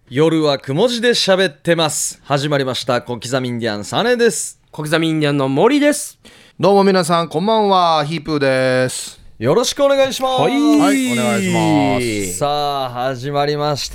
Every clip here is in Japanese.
夜はくも字で喋ってます。始まりました。小刻みインディアンサネです。 小刻みインディアンの森です。 どうも皆さんこんばんは、ヒープーです。 よろしくお願いします。 はい、お願いします。 さあ始まりました、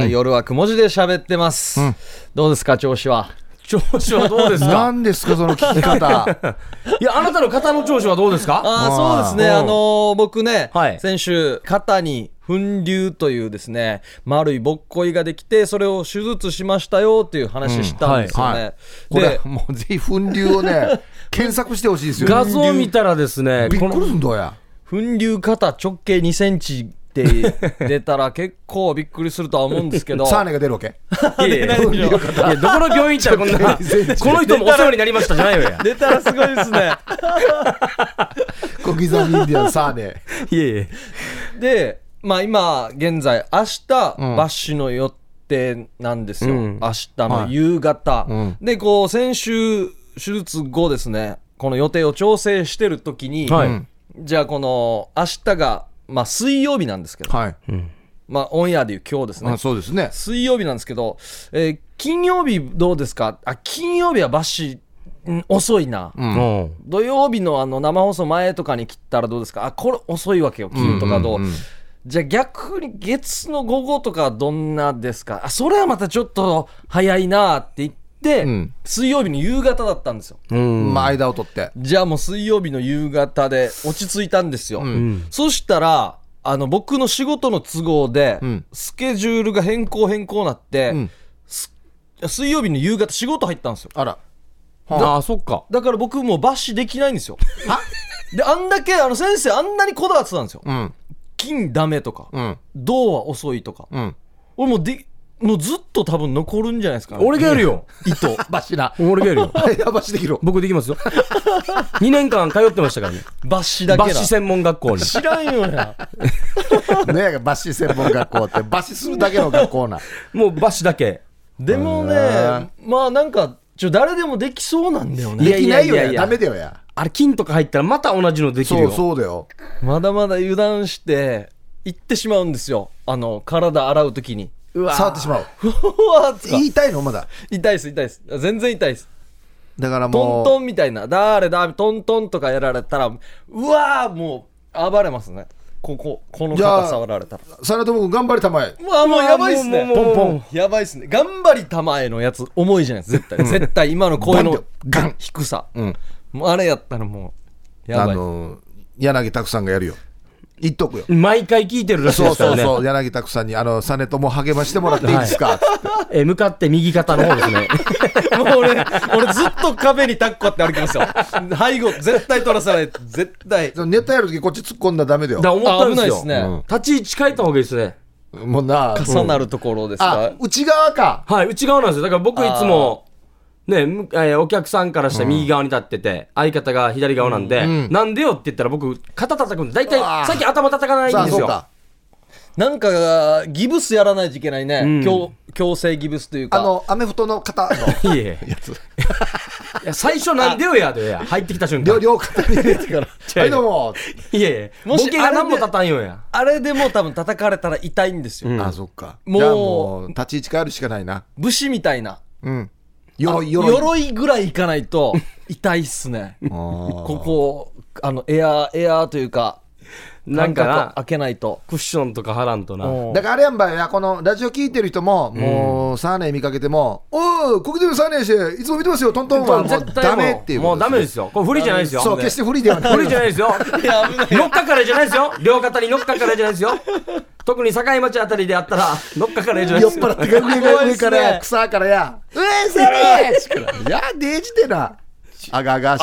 夜はくも字で喋ってます、どうですか調子は。 調子はどうですか。 何ですかその聞き方いや、あなたの肩の調子はどうですか。 そうですね、僕ね、 はい、 先週肩に粉瘤というですね丸いぼっこいができて、それを手術しましたよっていう話したんですよね、 これもうぜひ粉瘤をね検索してほしいですよ。 画像を見たらですね、 びっくりするんだや。 粉瘤肩直径2センチって出たら結構びっくりするとは思うんですけどサーネが出るわけ。 いやどこの病院行ったらこんなこの人もお世話になりましたじゃないよや。 出たらすごいですね小刻みインディアンサーネ。 いやいやでまあ今現在明日バッシュの予定なんですよ、明日の夕方、でこう先週手術後ですねこの予定を調整してる時に、じゃあこの明日がまあ水曜日なんですけど、まあオンエアでいう今日ですね。 そうですね。 水曜日なんですけど、金曜日どうですか。金曜日はバッシュ遅いな、土曜日の生放送前とかに切ったらどうですか。これ遅いわけよ金とかどう、じゃあ逆に月の午後とかどんなですか。それはまたちょっと早いなって言って、水曜日の夕方だったんですよ、 まあ間を取って、 じゃあもう水曜日の夕方で落ち着いたんですよ、そしたら僕の仕事の都合で、スケジュールが変更なって、水曜日の夕方仕事入ったんですよ。 あら、 そっか。 だから僕もうバッシュできないんですよ。であんだけ先生あんなにこだわってたんですよ、金ダメとか、銅は遅いとか、俺もうずっと多分残るんじゃないですか、ね、 俺がやるよ糸バシな。 俺がやるよ。 いやバシできる。 僕できますよ2年間通ってましたからね。 バッシだけだ。 バッシ専門学校に。 知らんよなねえバシ専門学校ってバシするだけの学校な。 もうバッシだけ。 でもねまあなんか誰でもできそうなんだよね。 できないよや。ダメだよや。 あれ金とか入ったらまた同じのできるよ。 そうだよ。 まだまだ油断して行ってしまうんですよ、体洗うときに。 触ってしまう。言いたいのまだ。 痛いです全然痛いです。 だからもうトントンみたいな誰だトントンとかやられたらうわーもう暴れますね。この肩触られたら。 サラトモ君頑張りたまえ。 もうやばいっすね。 ポンポンやばいっすね。頑張りたまえのやつ重いじゃないですか絶対今の声の低さ、もうあれやったらもうやばい。 柳拓さんがやるよ。言っとくよ。 毎回聞いてるらしいですからね。 そう柳拓さんに実朝も励ましてもらっていいですか、 向かって右肩の方ですねもう俺ずっと壁にタッコって歩きますよ背後絶対取らさない。絶対ネタやるときこっち突っ込んだらダメだよ。 だ思ったんですよ。 危ないですね、 立ち位置変えた方がいいですね。 もうな重なるところですか、 内側か。 はい、内側なんですよ。だから僕いつもね、お客さんからしたら右側に立ってて、相方が左側なんで、なんでよって言ったら僕肩叩くんで大体最近頭叩かないんですよ。 なんかギブスやらないといけないね、強制ギブスというかアメフトの肩のやついや最初なんでよやでや入ってきた瞬間両肩に入れてからはいどうもいやボケが何も立たんよや。 あれでもう多分叩かれたら痛いんですよ、 そっか。 もう立ち位置変えるしかないな。 武士みたいな、 鎧ぐらいいかないと痛いっすねこエアーというかなんかな開けないとクッションとか貼らんとな。 だからあれやんばいや、このラジオ聞いてる人ももうサーネ見かけてもおお国でサーネしていつも見てますよトントンはもうダメっていうもうダメですよ。これ不利じゃないですよ。 そう決して不利ではない。 不利じゃないですよ。乗っかからじゃないですよ。両肩に乗っかからじゃないですよ。特に境町あたりであったら乗っかからじゃないですよ。 酔っ払って上からや草からやサーネやデージてなあがあがし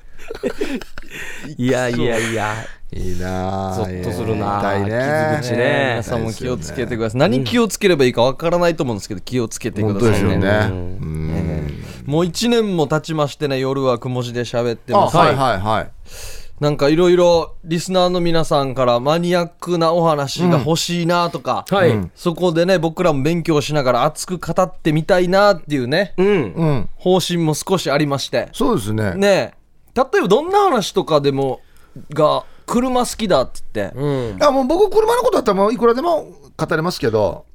いやいいなゾッとするな痛いね。 傷口ね。 皆さんも気をつけてください。何気をつければいいかわからないと思うんですけど気をつけてくださいね。もう1年も経ちましてね、夜はくも字で喋ってます。なんかいろいろリスナーの皆さんからマニアックなお話が欲しいなとか、そこでね僕らも勉強しながら熱く語ってみたいなっていうね、方針も少しありまして。 そうですね。 ね例えばどんな話とかでも車好きだって言って、 もう僕車のことだったらもういくらでも語れますけど、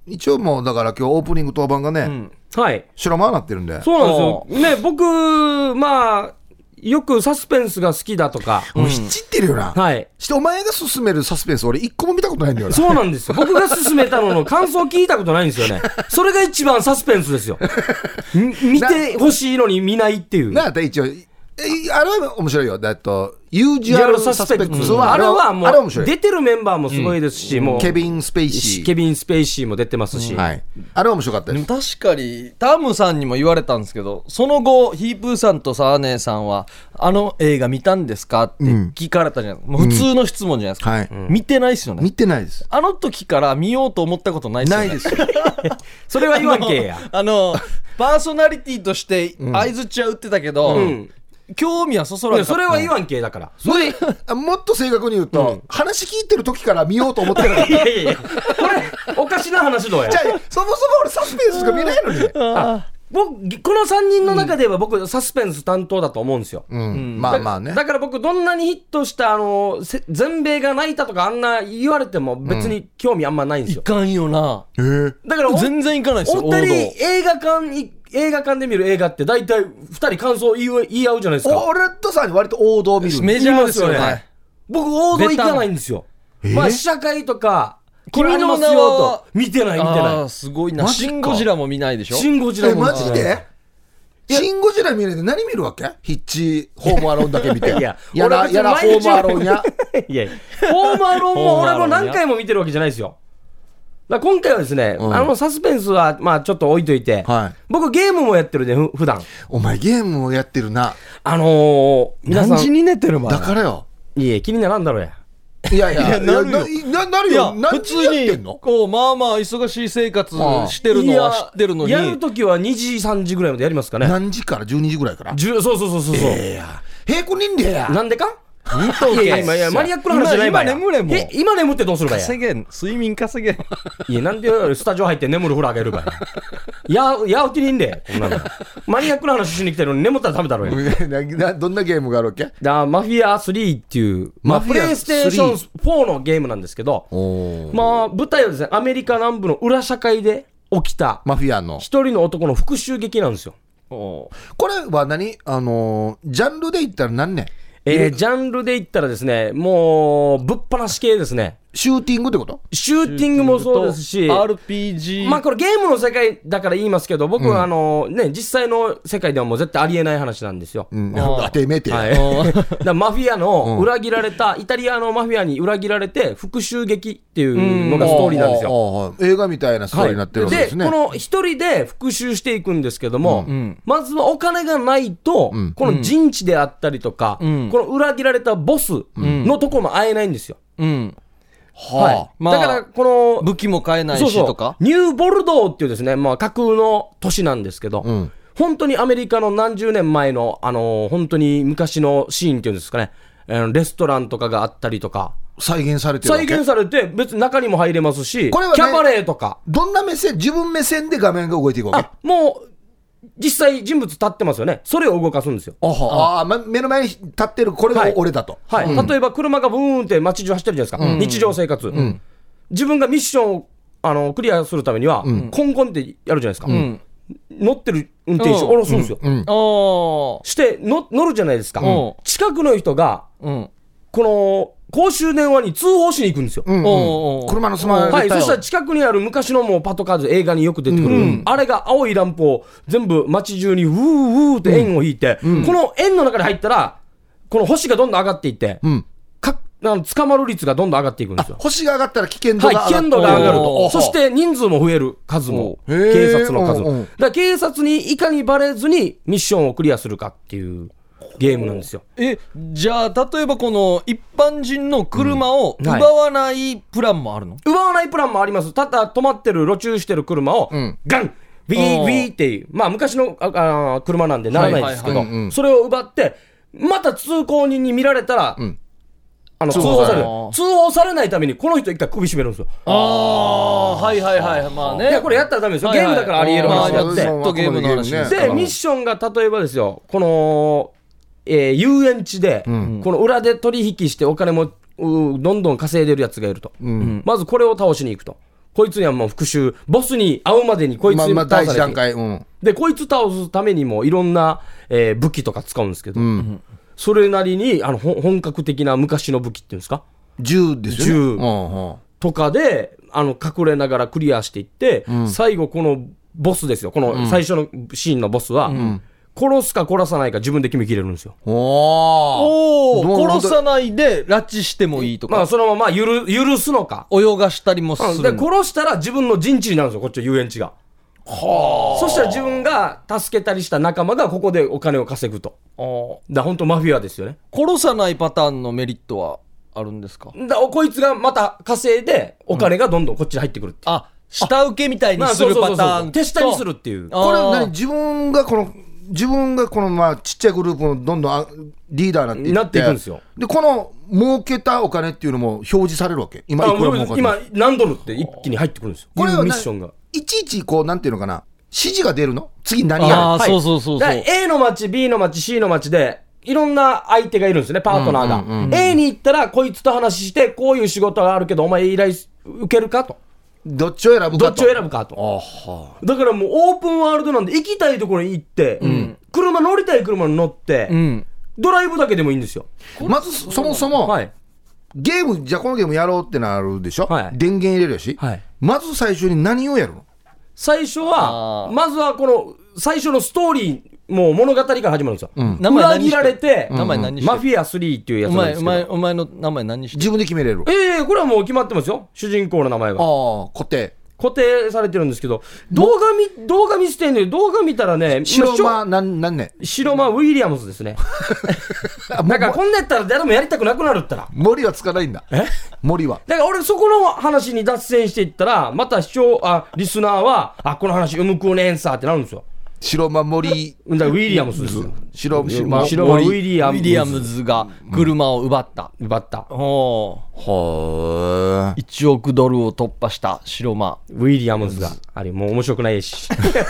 一応もうだから今日オープニング当番がね、 はい。 白間になってるんで。 そうなんですよ。ね、僕、まあ、よくサスペンスが好きだとか。 もう知ってるよな。 はい。 してお前が勧めるサスペンス俺一個も見たことないんだよな。 そうなんですよ。僕が勧めたのの感想聞いたことないんですよね。それが一番サスペンスですよ。見てほしいのに見ないっていう。 なあ、一応、あれは面白いよ。ユージュアルサスペクツは、 あれはもう出てるメンバーもすごいですし、もうケビン・スペイシーも出てますし、 はい、あれは面白かったです。 でも確かにタムさんにも言われたんですけど、その後ヒープーさんとサーネーさんはあの映画見たんですかって聞かれたじゃないですか、もう普通の質問じゃないですか、はい、見てないですよね。 見てないです。 あの時から見ようと思ったことないですよね。 ないですそれは言わんけや。 パーソナリティとして相づちは打ってたけど、興味はそそらなかった。 それは言わんけだから。それもっと正確に言うと、話聞いてる時から見ようと思ってなかった。いやいやこれおかしな話どうや。 じゃあそもそも俺サスペンスしか見ないのに。 僕この3人の中では僕サスペンス担当だと思うんですよ、 まあまあね。 だから僕どんなにヒットした全米が泣いたとかあんな言われても別に興味あんまないんですよ。 いかんよな。 だから全然いかないですよ。 お二人映画館で見る映画って大体2人感想言い合うじゃないですか。 俺とさ割と王道見る。 メジャーですよね。 僕王道行かないんですよ。まあ試写会とか君の名は見てない。 あ、すごいな。シン・ゴジラも見ないでしょ。 シン・ゴジラもマジでシン・ゴジラ見ないで何見るわけ？ヒッチホームアローンだけ見て。 いややらホームアローンや。 いやホームアローンも俺も何回も見てるわけじゃないですよ。だ今回はですね、サスペンスはまあちょっと置いといて、僕ゲームもやってるね、普段。 お前ゲームもやってるな。 皆さん何時に寝てる前だからよ。 いや気にならんだろうや。 いやなるよ。 普通にこうまあまあ忙しい生活してるのは知ってるのに、 やるときは2時3時ぐらいまでやりますかね。 何時から12時ぐらいから。 そう平行人でや。 なんでか。いやマニアックな話じゃないばや。今眠ってどうするばや。 稼げん、睡眠稼げん。 いやなんでスタジオ入って眠るフラあげるばや。やうちにんでこんなの。マニアックな話しに来てるのに眠ったらダメだろうや。どんなゲームがあるわけ？ マフィア3っていうプレイステーション4のゲームなんですけど、まあ舞台はですねアメリカ南部の裏社会で起きたマフィアの一人の男の復讐劇なんですよ。 これは何ジャンルで言ったら何ね？ ジャンルで言ったらですね、もうぶっ放し系ですね。 シューティングってこと？ シューティングもそうですし RPG、 まあこれゲームの世界だから言いますけど、僕は実際の世界ではもう絶対ありえない話なんですよ。 当てめて、 はい、だマフィアの裏切られた、イタリアのマフィアに裏切られて復讐劇っていうのがストーリーなんですよ。 映画みたいなストーリーになってるわけですね。 でこの一人で復讐していくんですけども、まずはお金がないと、この陣地であったりとか、この裏切られたボスのところも会えないんですよ。はい、だからこの武器も買えないしとか、 ニューボルドーっていうですね、まあ、架空の都市なんですけど、本当にアメリカの何十年前の、本当に昔のシーンっていうんですかね、レストランとかがあったりとか再現されてるわけ？ 再現されて別に中にも入れますし、これは、ね、キャバレーとかどんな目線、自分目線で画面が動いていくわけ？ もう実際人物立ってますよね。それを動かすんですよ。 目の前に立ってるこれが俺だと、 例えば車がブーンって街中走ってるじゃないですか、日常生活、自分がミッションをクリアするためには、コンコンってやるじゃないですか、乗ってる運転手下ろすんですよ、して乗るじゃないですか、近くの人が、この公衆電話に通報しに行くんですよ。 車のスマホ、 そしたら近くにある昔のもうパトカーで映画によく出てくる、あれが青いランプを全部街中にウーウーって円を引いて、この円の中に入ったらこの星がどんどん上がっていって、捕まる率がどんどん上がっていくんですよ。 星が上がったら危険度が上がると。そして人数も増える、数も、警察の数も。だから警察にいかにバレずにミッションをクリアするかっていうゲームなんですよ。 じゃあ例えばこの一般人の車を奪わないプランもあるの？ 奪わないプランもあります。ただ止まってる路中してる車をガンビービーっていう、まあ昔の車なんでならないですけど、それを奪ってまた通行人に見られたら、通報されないためにこの人一回首絞めるんですよ。まあね。いやこれやったらダメですよ。ゲームだからありえる話であって。 ずっとゲームの話ですから。 でミッションが例えばですよ、この遊園地で、この裏で取引してお金もどんどん稼いでるやつがいると、まずこれを倒しに行くと、 こいつにはもう復讐、ボスに会うまでにこいつに倒さ第一れて、 段階、うん、 でこいつ倒すためにもいろんな、武器とか使うんですけど、うん、それなりに本格的な昔の武器っていうんですか、 銃ですよね、銃、うんうん、とかで隠れながらクリアしていって、うん、最後このボスですよ、この最初のシーンのボスは、うん、殺すか殺さないか自分で決めきれるんですよ。 殺さないで拉致してもいいとか、 まあ、そのまま許すのか泳がしたりもする、 で殺したら自分の陣地になるんですよ、こっちは遊園地が。そしたら自分が助けたりした仲間がここでお金を稼ぐと。だ本当マフィアですよね。 殺さないパターンのメリットはあるんですか？ こいつがまた稼いでお金がどんどんこっちに入ってくるって、 下請けみたいにするパターン、 手下にするっていう。 これ何、自分がこのまあちっちゃいグループのどんどんリーダーになっていくんですよ。 でこの儲けたお金っていうのも表示されるわけ。今いくら儲かってる、 今何ドルって一気に入ってくるんですよ。 これはミッションがいちいちこうなんていうのかな、指示が出るの、次何やる、 はい、そうだから A の町 B の町 C の町でいろんな相手がいるんですよね、パートナーが、A に行ったらこいつと話して、こういう仕事があるけどお前依頼受けるかと、 どっちを選ぶかと。 だからもうオープンワールドなんで行きたいところに行って、車乗りたい車に乗って、ドライブだけでもいいんですよ。 まずそもそも、はい、ゲーム、じゃあこのゲームやろうってなるでしょ、はい、電源入れるし、はい、まず最初に何をやるの？ 最初はまずはこの最初のストーリー、もう物語から始まるんですよ、裏切られて、マフィア3っていうやつなんですけど、 お前の名前何して自分で決めれる？ これはもう決まってますよ、主人公の名前が固定されてるんですけど、動画見せてんのよ。動画見たらね、 白間何年？ 白間ウィリアムズですねなんかこんなやったら誰もやりたくなくなるったら森はつかないんだ。森はだから俺そこの話に脱線していったら、またリスナーはこの話うむくねんさってなるんですよ。 白間森ウィリアムズですよ。 白間ウィリアムズが車を奪った、1億ドルを突破した白間ウィリアムズがあれもう面白くないし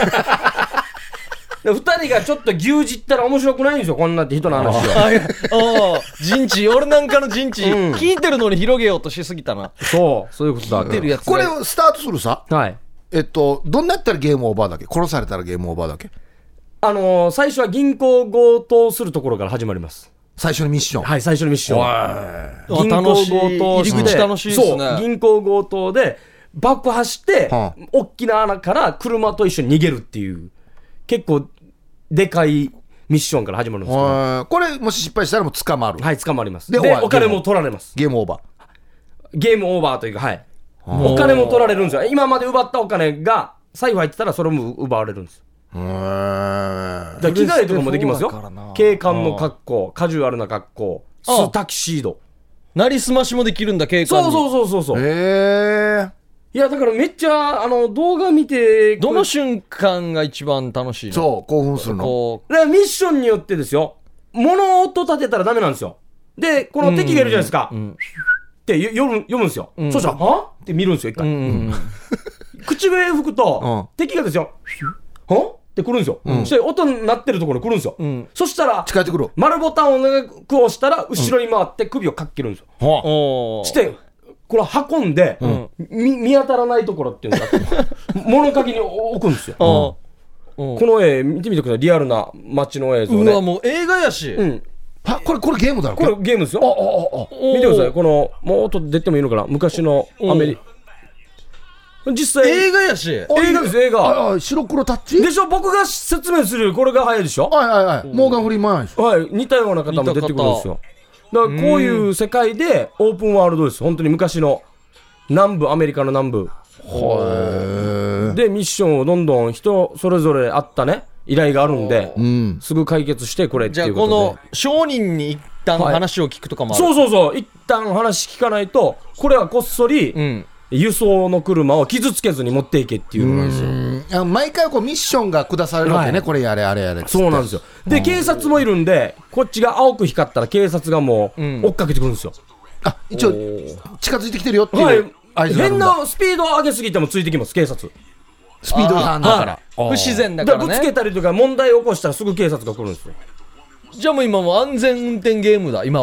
2人がちょっと牛耳ったら面白くないんですよ、こんなって人の話を陣地、俺なんかの陣地、聞いてるのに広げようとしすぎたな。 そういうことだ。 これをスタートするさ、 はい、 どんなやったらゲームオーバーだっけ？殺されたらゲームオーバーだっけ？ 最初は銀行強盗するところから始まります。 最初のミッション。 はい、最初のミッション。銀行強盗して、 入り口楽しいですね。 そう、銀行強盗で爆破して、大きな穴から車と一緒に逃げるっていう、結構でかいミッションから始まるんですけど、 これもし失敗したらもう捕まる。 はい、捕まります。でお金も取られます。 ゲームオーバーというか、はい、お金も取られるんですよ。今まで奪ったお金が財布入ってたらそれも奪われるんですよ。だから着替えとかもできますよ。警官の格好、カジュアルな格好、タキシード、 なりすましもできるんだ、警官に。 そう。いやだからめっちゃ動画見て、 どの瞬間が一番楽しいの？ そう興奮するの。 ミッションによってですよ、物音立てたらダメなんですよ。でこの敵がいるじゃないですか、って読むんですよ。そしたらはって見るんですよ、一回。口笛吹くと敵がですよ、はって来るんですよ。そして音になってるところに来るんですよ。そしたら近寄ってくる。 丸ボタンを長く押したら後ろに回って首をかっけるんですよ。してこれ運んで、見当たらないところっていうのが物陰に置くんですよ。この絵見てみてください、リアルな街の映像ね。 うわ、もう映画やし。 これゲームだろ。 これゲームですよ。見てください、このもう音出てもいいのかな、昔のアメリカ、実際映画やし。 映画です、映画。 白黒タッチでしょ。僕が説明するよりこれが早いでしょ。 モーガン・フリーマンでしょ。 はい、似たような方も出てくるんですよ。だからこういう世界でオープンワールドです。本当に昔の南部、アメリカの南部でミッションをどんどん人それぞれあったね依頼があるんで、すぐ解決してこれっていうことで。 じゃあこの商人に一旦話を聞くとかもある。 そう一旦話聞かないと、これはこっそり、輸送の車を傷つけずに持っていけっていうのなんですよ。 毎回こうミッションが下されるわけね、これやれあれやれ。 そうなんですよ。で警察もいるんで、こっちが青く光ったら警察がもう追っかけてくるんですよ。 一応近づいてきてるよっていう合図があるんだ。 変なスピードを上げすぎてもついてきます、警察。 スピード違反だから不自然だからね。 ぶつけたりとか問題を起こしたらすぐ警察が来るんですよ。 じゃあもう今も安全運転ゲームだ、今は。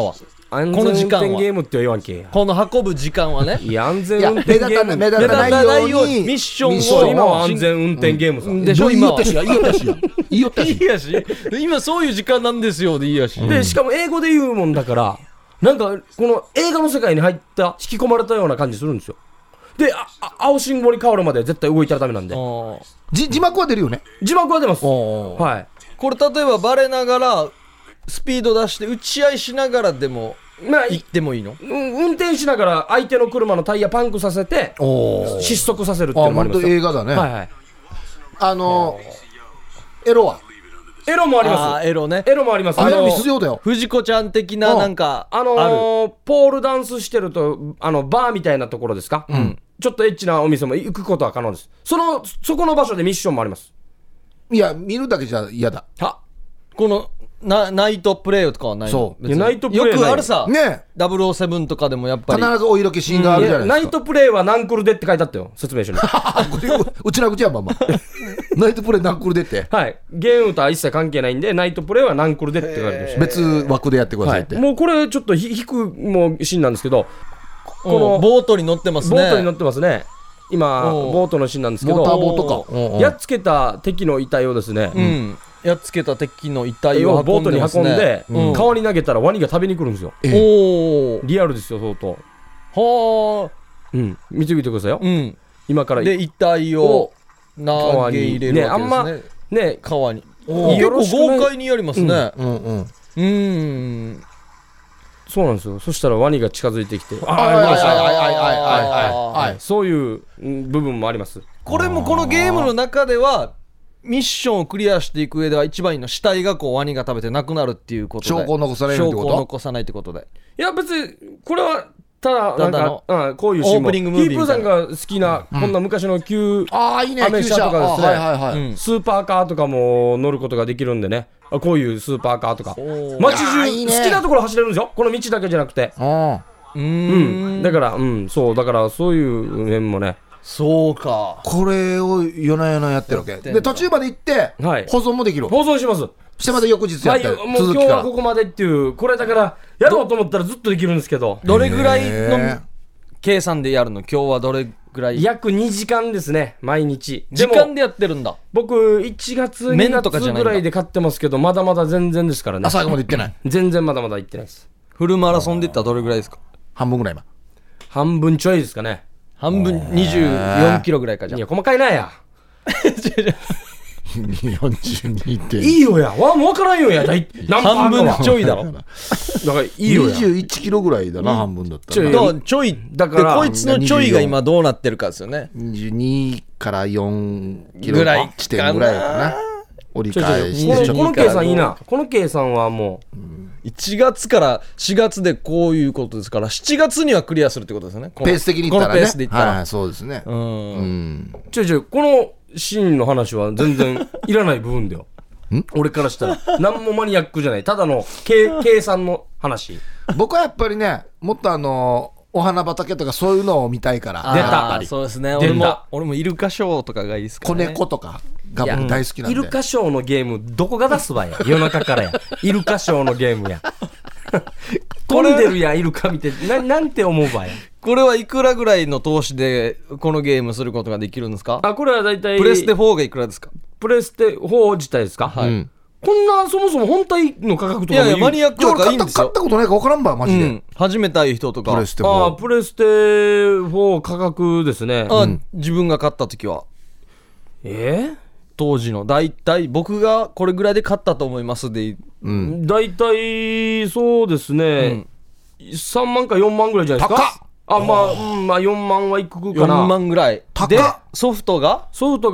安全運転ゲームって言わんけ。 この運ぶ時間はね。 いや、安全運転ゲーム。 目立たないようにミッションを。 今は安全運転ゲームさ。 でしょ、今は。いいよったし。 今そういう時間なんですよでいいやし。 で、しかも英語で言うもんだから、なんか、この映画の世界に入った、引き込まれたような感じするんですよ。で、青信号に変わるまで絶対動いたらダメなんで。 字幕は出るよね。 字幕は出ます。はい。 これ例えばバレながらスピード出して打ち合いしながらでも行ってもいいの？ 運転しながら相手の車のタイヤパンクさせて失速させるっていうのもありますよ。 映画だね。 はいはい。 エロは？ エロもあります。 エロね。 エロもあります。 必要だよ。 藤子ちゃん的ななんかポールダンスしてるとバーみたいなところですか？ちょっとエッチなお店も行くことは可能です。そこの場所でミッションもあります。 いや、見るだけじゃ嫌だ。 このナイトプレイとかはないの？ そう。ナイトプレイよくあるさ。 ね。 007とかでもやっぱり必ずお色気シーンがあるじゃないですか。 ナイトプレイはナンクルでって書いてあったよ、説明書に。 うちな口やまんま。ナイトプレイナンクルでって。 はい。ゲームとは一切関係ないんで、ナイトプレイはナンクルでって書いてました。 別枠でやってくださいって。 もうこれちょっと引くもうシーンなんですけど、 このボートに乗ってますね。 ボートに乗ってますね。今ボートのシーンなんですけど、 モーターボートか。 やっつけた敵の遺体をですね、 やっつけた敵の遺体をボートに運んで、川に投げたらワニが食べに来るんですよ。リアルですよ、相当。 はあ。見てみてくださいよ。今からで遺体を投げ入れるわけですね。あんまね、 川に。結構豪快にやりますね。 そうなんですよ。そしたらワニが近づいてきて、そういう部分もあります。 これもこのゲームの中ではミッションをクリアしていく上では一番いいの死体がこうワニが食べてなくなるっていうことで、 証拠を残さないってこと？ 証拠を残さないってことで。 いや別にこれはただなんかこういうシーンも、ヒープーさんが好きなこんな昔の旧アメ車とかですね、スーパーカーとかも乗ることができるんでね、こういうスーパーカーとか街中好きなところ走れるんですよ、この道だけじゃなくて。だからそうだからそういう辺もね。 そうか、 これを夜な夜なやってるわけで、途中まで行って保存もできる。 保存します。 してまた翌日やったり、 もう今日はここまでっていう、これだからやろうと思ったらずっとできるんですけど、 どれぐらいの計算でやるの？今日はどれぐらい？ 約2時間ですね、毎日。 時間でやってるんだ。 僕1月2月ぐらいで買ってますけど、まだまだ全然ですからね。 最後まで行ってない。 全然まだまだ行ってないです。 フルマラソンでいったらどれぐらいですか？ 半分ぐらい。 半分ちょいですかね。 半分24キロぐらいか。じゃあいや細かいなや 42っていいよや、もう分からんよや、 半分ちょいだろ。 だからいいよや、 21キロぐらいだな、半分だったら。 ちょいだから、こいつのちょいが今どうなってるかですよね。 22から4キロぐらい地点ぐらいかな。折り返しこの計算いいな。この計算はもう 1月から4月でこういうことですから、7月にはクリアするってことですよね。 ペース的に言ったらね。 このペースで言ったら、 そうですね。 このシーンの話は全然いらない部分だよ俺からしたら何もマニアックじゃない、ただの計算の話。 僕はやっぱりね、もっとお花畑とかそういうのを見たいから。 出た。 そうですね。俺もイルカショーとかがいいですからね。 子猫とかが僕大好きなんで。 イルカショーのゲームどこが出すわや、夜中からや。イルカショーのゲームや飛んでるやイルカ見てなんて思うわや。 これはいくらぐらいの投資でこのゲームすることができるんですか？ これはだいたいプレステ4がいくらですか？ プレステ4自体ですか？はい。こんなそもそも本体の価格とかもいやマニアックとかいいんですよ。 買ったことないか分からんばマジで。 始めたい人とか。 プレステ4。 プレステ4価格ですね。 自分が買った時は当時のだいたい僕がこれぐらいで買ったと思いますで、 だいたいそうですね、3万か4万ぐらいじゃないですか。まあ4万はいくかな。 4万ぐらいで、ソフトが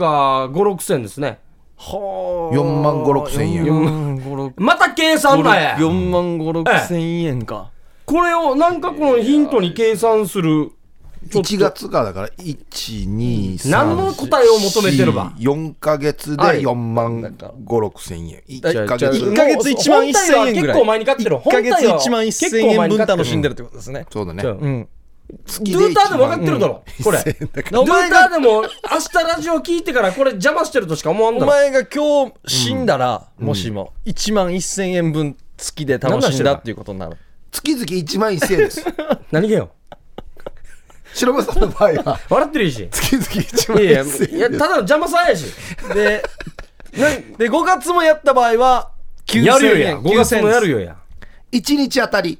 5、6千ですね。 はあ、4万5、6千円。 また計算だや。 4万5、6千円か。 これをなんかこのヒントに計算する。 1月からだから1、2、3、 何の答えを求めてるば。 4ヶ月で4万5、6千円。 1ヶ月1万1千円ぐらい。 結構前に買ってる。 1ヶ月1万1千円分楽しんでるってことですね。 そうだね。 ドゥーターでも分かってるだろ、これ。ドゥーターでも明日ラジオ聞いてからこれ邪魔してるとしか思わんだろ。 お前が今日死んだら、もしも1万1千円分月で楽しんだっていうことになる。 月々1万1000円です。 何がよ。 白間さんの場合は笑ってるし。 月々1万1000円。 いやただの邪魔さんやし。 で5月もやった場合はやるよや。 9000 5月もやるよや。 1日あたり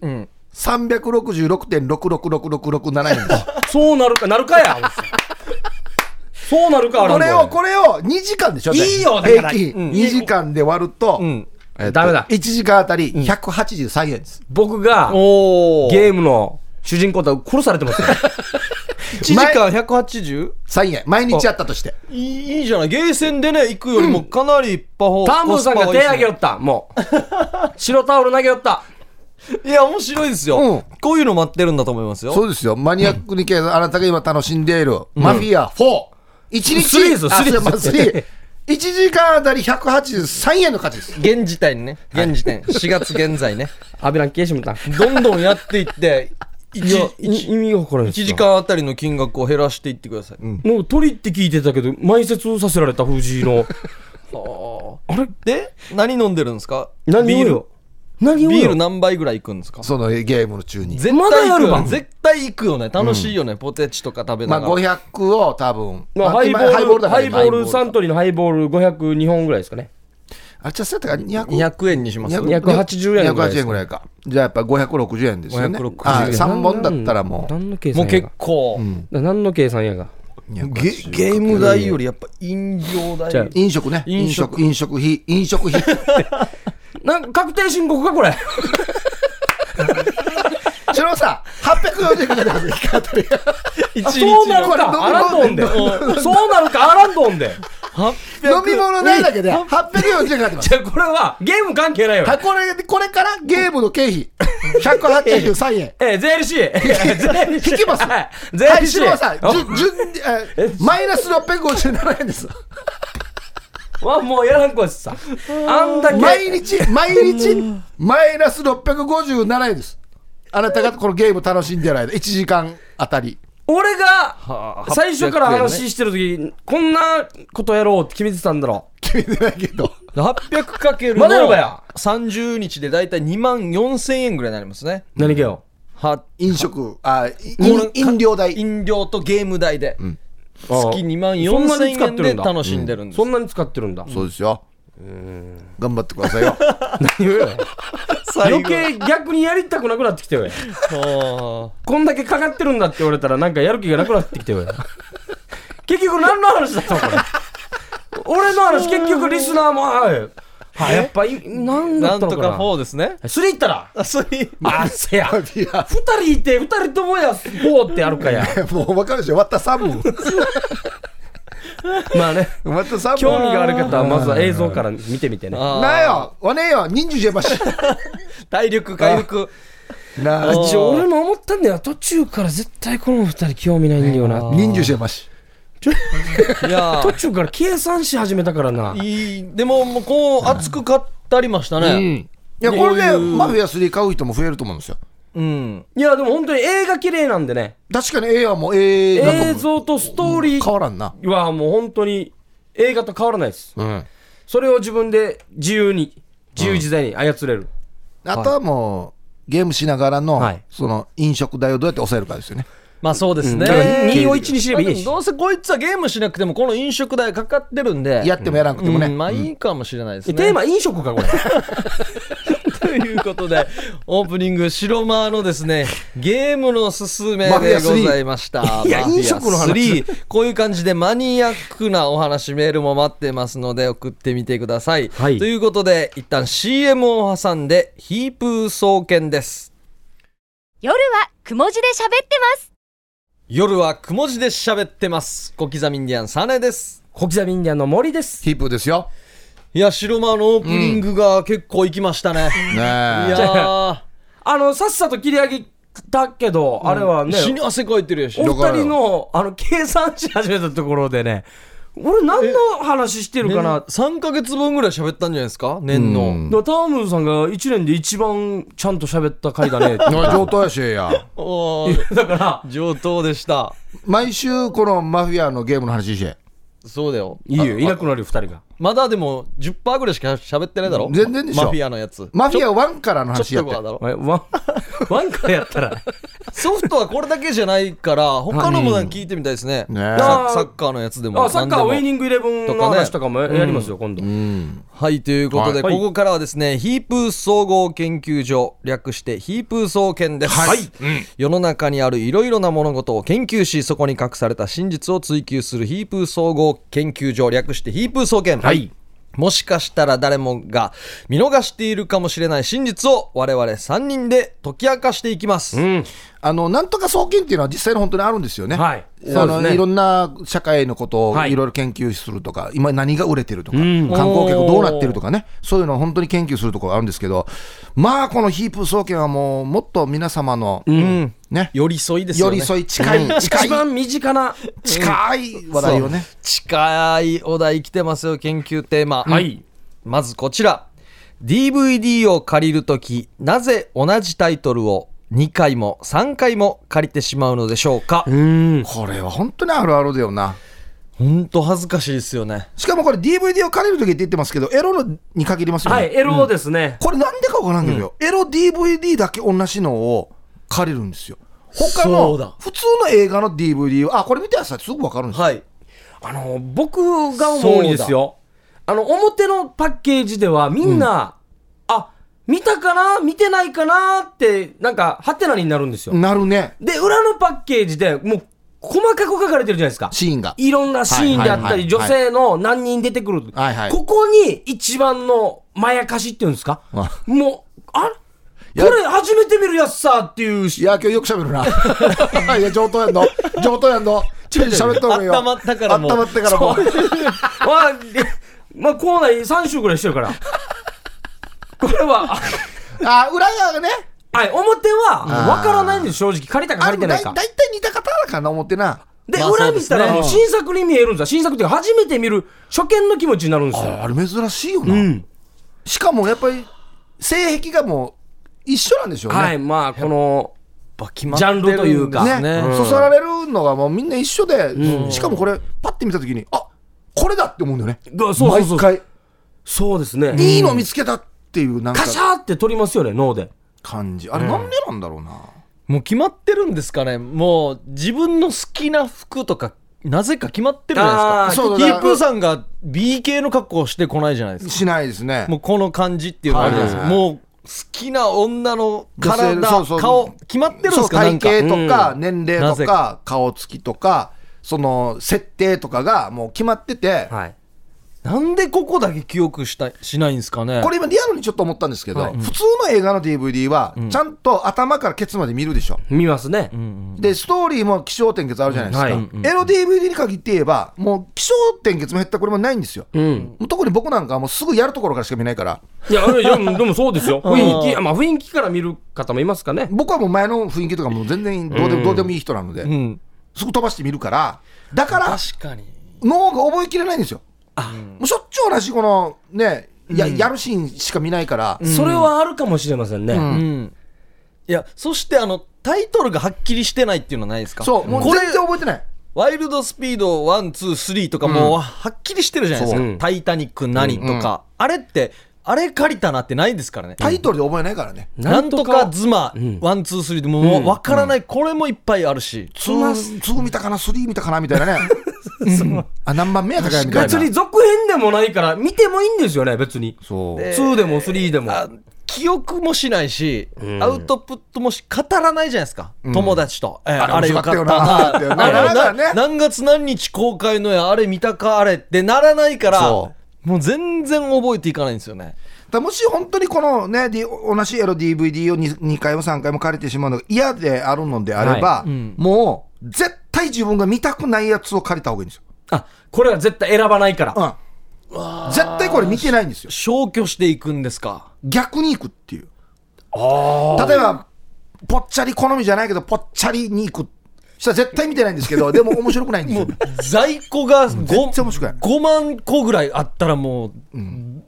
366.66667 円です。 そうなるかや。そうなるか。 これを2時間でしょ。 いいよだから平均2時間で割ると、 ダメだ。 1時間あたり183円です。 僕がゲームの主人公と殺されてますよ。 1時間 183 円毎日やったとして。 いいじゃない。ゲーセンでね行くよりもかなりタンブーさんが手上げよった。もう白タオル投げよった。 いや面白いですよ、こういうの待ってるんだと思いますよ。 そうですよ。マニアックに系、あなたが今楽しんでいるマフィア4、1日1時間あたり183円の価値です。 現時点ね。4月現在ね。 アビランケーシムタンどんどんやっていって意味が分からない。 1時間あたりの金額を減らしていってください。 もう鳥って聞いてたけど埋設させられた藤井のあれで何飲んでるんですか？ 何をよ。 ビール何杯ぐらいいくんですか？ そのゲームの中に絶対行くよね。楽しいよね、ポテチとか食べながら。 500を多分、 ハイボールサントリーのハイボール502本ぐらいですかね。 あっちゃったか 200円にします。 280円ぐらいか。じゃあやっぱ560円ですよね。3本だったらもう結構何の計算やが。 ゲーム代よりやっぱ飲料代。 飲食ね。飲食費なんか確定申告かこれ。 それをさ840円かかってます。 そうなるかアランドンで。そうなるかアランドンで。 飲み物代だけで840円かかってます。 じゃあこれはゲーム関係ないよ。 これからゲームの経費183円。 税理士。引きます。 税理士。 マイナス657円です。 わもうやらんこいつさ。あんだけ毎日マイナス657円です。あなたがこのゲーム楽しんでる間1時間あたり。 俺が最初から話してる時こんなことやろうって決めてたんだろ。 決めてないけど 800× の30日でだいたい2万4000円ぐらいになりますね。 何かよ。 飲料代、 飲料とゲーム代で月2万4000円で楽しんでるんです。 そんなに使ってるんだ。 そうですよ。頑張ってくださいよ。 何をよ。余計逆にやりたくなくなってきてよ。こんだけかかってるんだって言われたらなんかやる気がなくなってきてよ。結局何の話だったのこれ。俺の話結局リスナーもやっぱ何だったのかな。 なんとか4ですね。 3いったら 3 せや2人いて2人ともや4ってあるかや。 もう分かるでしょ。終わった3分。 まあね、興味がある方はまずは映像から見てみてね。 なよわねえよ忍術じゃまし。 体力回復なあ。俺も思ったんだよ。途中から絶対この2人興味ないんだよな。 忍術じゃまし。 いや途中から計算し始めたからな。 でももうこう熱く語りましたね。 いやこれでマフィア3買う人も増えると思うんですよ。 いやでも本当に映画綺麗なんでね。 確かに映画も映像とストーリー変わらんな。 はもう本当に映画と変わらないです。それを自分で自由自在に操れる。 あとはもうゲームしながらのその飲食代をどうやって抑えるかですよね。 まあそうですね。 2を1にすればいいし。 どうせこいつはゲームしなくてもこの飲食代かかってるんで、 やってもやらなくてもね。 まあいいかもしれないですね。 テーマ飲食かこれ。 ということでオープニング白間のですねゲームのすすめでございました。 いや飲食の話こういう感じでマニアックなお話メールも待ってますので送ってみてください。ということで一旦 CM を挟んでヒープー総研です。 夜はくも字で喋ってます。 夜はくも字で喋ってます。小刻みインディアンサネです。 小刻みインディアンの森です。 ヒープーですよ。 いや白間のオープニングが結構いきましたね。いやさっさと切り上げたけど、あれはね死に汗かいてるやし。 お二人の計算し始めたところでね、俺何の話してるかな。 3ヶ月分ぐらい喋ったんじゃないですか年の。 タームズさんが1年で一番ちゃんと喋った回だね。 上等やしや。 だから上等でした。 毎週このマフィアのゲームの話して。 そうだよ。 いいよ、いなくなるよ2人が。 まだでも 10% ぐらいしか喋ってないだろ。 全然でしょ。 マフィアのやつ。 マフィア1からの話やって。 ワンからやったらソフトはこれだけじゃないから他のも聞いてみたいですね。サッカーのやつでも。 サッカーウィニングイレブンの話とかもやりますよ、今度。 はい、ということで、ここからはですね、ヒープー総合研究所、略してヒープー総研です。はい。世の中にあるいろいろな物事を研究し、そこに隠された真実を追求するヒープー総合研究所、略してヒープー総研。はい。もしかしたら誰もが見逃しているかもしれない真実を我々3人で解き明かしていきます。 なんとか総研っていうのは実際に本当にあるんですよね。 はい。 そうですね。いろんな社会のことをいろいろ研究するとか、今何が売れてるとか、観光客どうなってるとかね、そういうのを本当に研究するところがあるんですけど、まあこのヒープ総研はもっと皆様の、ね、 寄り添いですよね。 寄り添い近い一番身近な近い話題をね、 近いお題来てますよ。研究テーマ。 はい。 まずこちら。DVD を借りるとき、なぜ同じタイトルを2回も3回も借りてしまうのでしょうか。 これは本当にあるあるだよな。 本当恥ずかしいですよね。 しかもこれ DVD を借りるときって言ってますけど、エロのに限りますよね。 はい、エロですね。 これなんでかわからんけどよ、エロ DVD だけ同じのを借りるんですよ。他の普通の映画の DVD はこれ見てください、すぐわかるんですよ。 はい。 僕が思うんですよ。表のパッケージではみんな、見たかな見てないかなってなんかハテナになるんですよ。 なるね。 で裏のパッケージでもう細かく書かれてるじゃないですか、 シーンがいろんなシーンであったり、女性の何人出てくる、ここに一番のまやかしっていうんですか、もうこれ初めて見るやつさっていう。 いや今日よく喋るないや上等やんのちびち喋った方がいいよ。 温まったからもう温まってからもうまあ校内3週ぐらいしてるからこれは裏側がね、 はい、表は分からないんです、正直。借りたか借りてないか。 だいたい似た方かな、表な。 で、裏見たらもう新作に見えるんですよ。新作っていうか初めて見る初見の気持ちになるんですよ。 あれ珍しいよな。しかもやっぱり性癖がもう一緒なんでしょうね。 はい、まあこのジャンルというかね、そそられるのがもうみんな一緒で、しかもこれパッて見たときにこれだって思うんだよね。毎回そうですね。 いいの見つけたっていうなんかカシャーって取りますよね、脳で感じ。あれなんでなんだろうな。 もう決まってるんですかね。もう自分の好きな服とかなぜか決まってるじゃないですか。ヒープーさんが B 系の格好をしてこないじゃないですか。 しないですね。 もうこの感じっていうのがあるじゃないですか。もう好きな女の体、顔決まってるんですか。 体型とか年齢とか顔つきとかその設定とかがもう決まってて、 なんでここだけ記憶しないんですかね。 これ今リアルにちょっと思ったんですけど、普通の映画の DVD はちゃんと頭からケツまで見るでしょ。 見ますね。 でストーリーも起承転結あるじゃないですか。エロ DVD に限って言えばもう起承転結も減ったこれもないんですよ。特に僕なんかはもうすぐやるところからしか見ないから。 いやでもそうですよ。雰囲気から見る方もいますかね。 僕はもう前の雰囲気とかも全然どうでもいい人なので、すぐ飛ばして見るから、だから脳が覚えきれないんですよ。もうしょっちゅう同じこのね、やるシーンしか見ないから、 それはあるかもしれませんね。 いや、そしてタイトルがはっきりしてないっていうのはないですか。 そう、もう全然覚えてない。 ワイルドスピード1、2、3とかもうはっきりしてるじゃないですか。タイタニック何とか、あれってあれ借りたなってないですからね。 タイトルで覚えないからね。 なんとか妻1、2、3でもう分からない、これもいっぱいあるし、 2見たかな3見たかなみたいなね。何番目やったかみたいな。 別に続編でもないから見てもいいんですよね。別に2でも3でも記憶もしないし、アウトプットも語らないじゃないですか、友達と。あれよかったな、何月何日公開のや、あれ見たかあれってならないから、もう全然覚えていかないんですよね。 だもし本当にこのね同じエロ DVD を 2回も3回も借りてしまうのが嫌であるのであれば、もう絶対自分が見たくないやつを借りた方がいいんですよ。 これは絶対選ばないから、 絶対これ見てないんですよ。 消去していくんですか。 逆に行くっていう。例えばぽっちゃり好みじゃないけどぽっちゃりに行くしたら絶対見てないんですけど、でも面白くないんですよ。 在庫が 5 万個ぐらいあったらもう